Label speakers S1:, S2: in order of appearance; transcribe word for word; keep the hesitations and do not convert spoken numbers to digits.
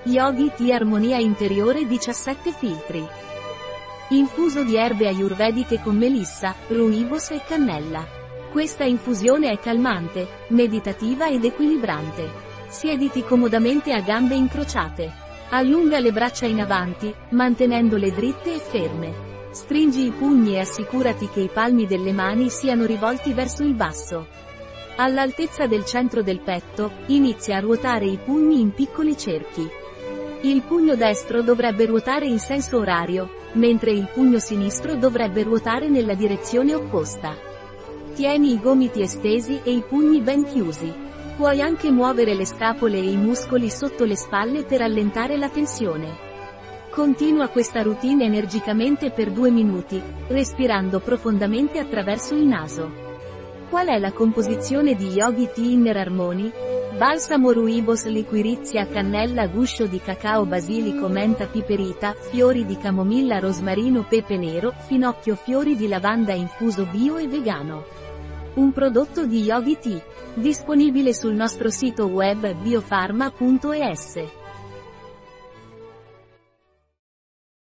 S1: Yogi Tea Armonia Interiore diciassette filtri. Infuso di erbe ayurvediche con melissa, rooibos e cannella. Questa infusione è calmante, meditativa ed equilibrante. Siediti comodamente a gambe incrociate. Allunga le braccia in avanti, mantenendole dritte e ferme. Stringi i pugni e assicurati che i palmi delle mani siano rivolti verso il basso. All'altezza del centro del petto, inizia a ruotare i pugni in piccoli cerchi. Il pugno destro dovrebbe ruotare in senso orario, mentre il pugno sinistro dovrebbe ruotare nella direzione opposta. Tieni i gomiti estesi e i pugni ben chiusi. Puoi anche muovere le scapole e i muscoli sotto le spalle per allentare la tensione. Continua questa routine energicamente per due minuti, respirando profondamente attraverso il naso. Qual è la composizione di Yogi Tea Inner Harmony? Balsamo rooibos liquirizia cannella guscio di cacao basilico menta piperita, fiori di camomilla rosmarino pepe nero, finocchio fiori di lavanda infuso bio e vegano. Un prodotto di Yogi Tea. Disponibile sul nostro sito web biofarma punto es.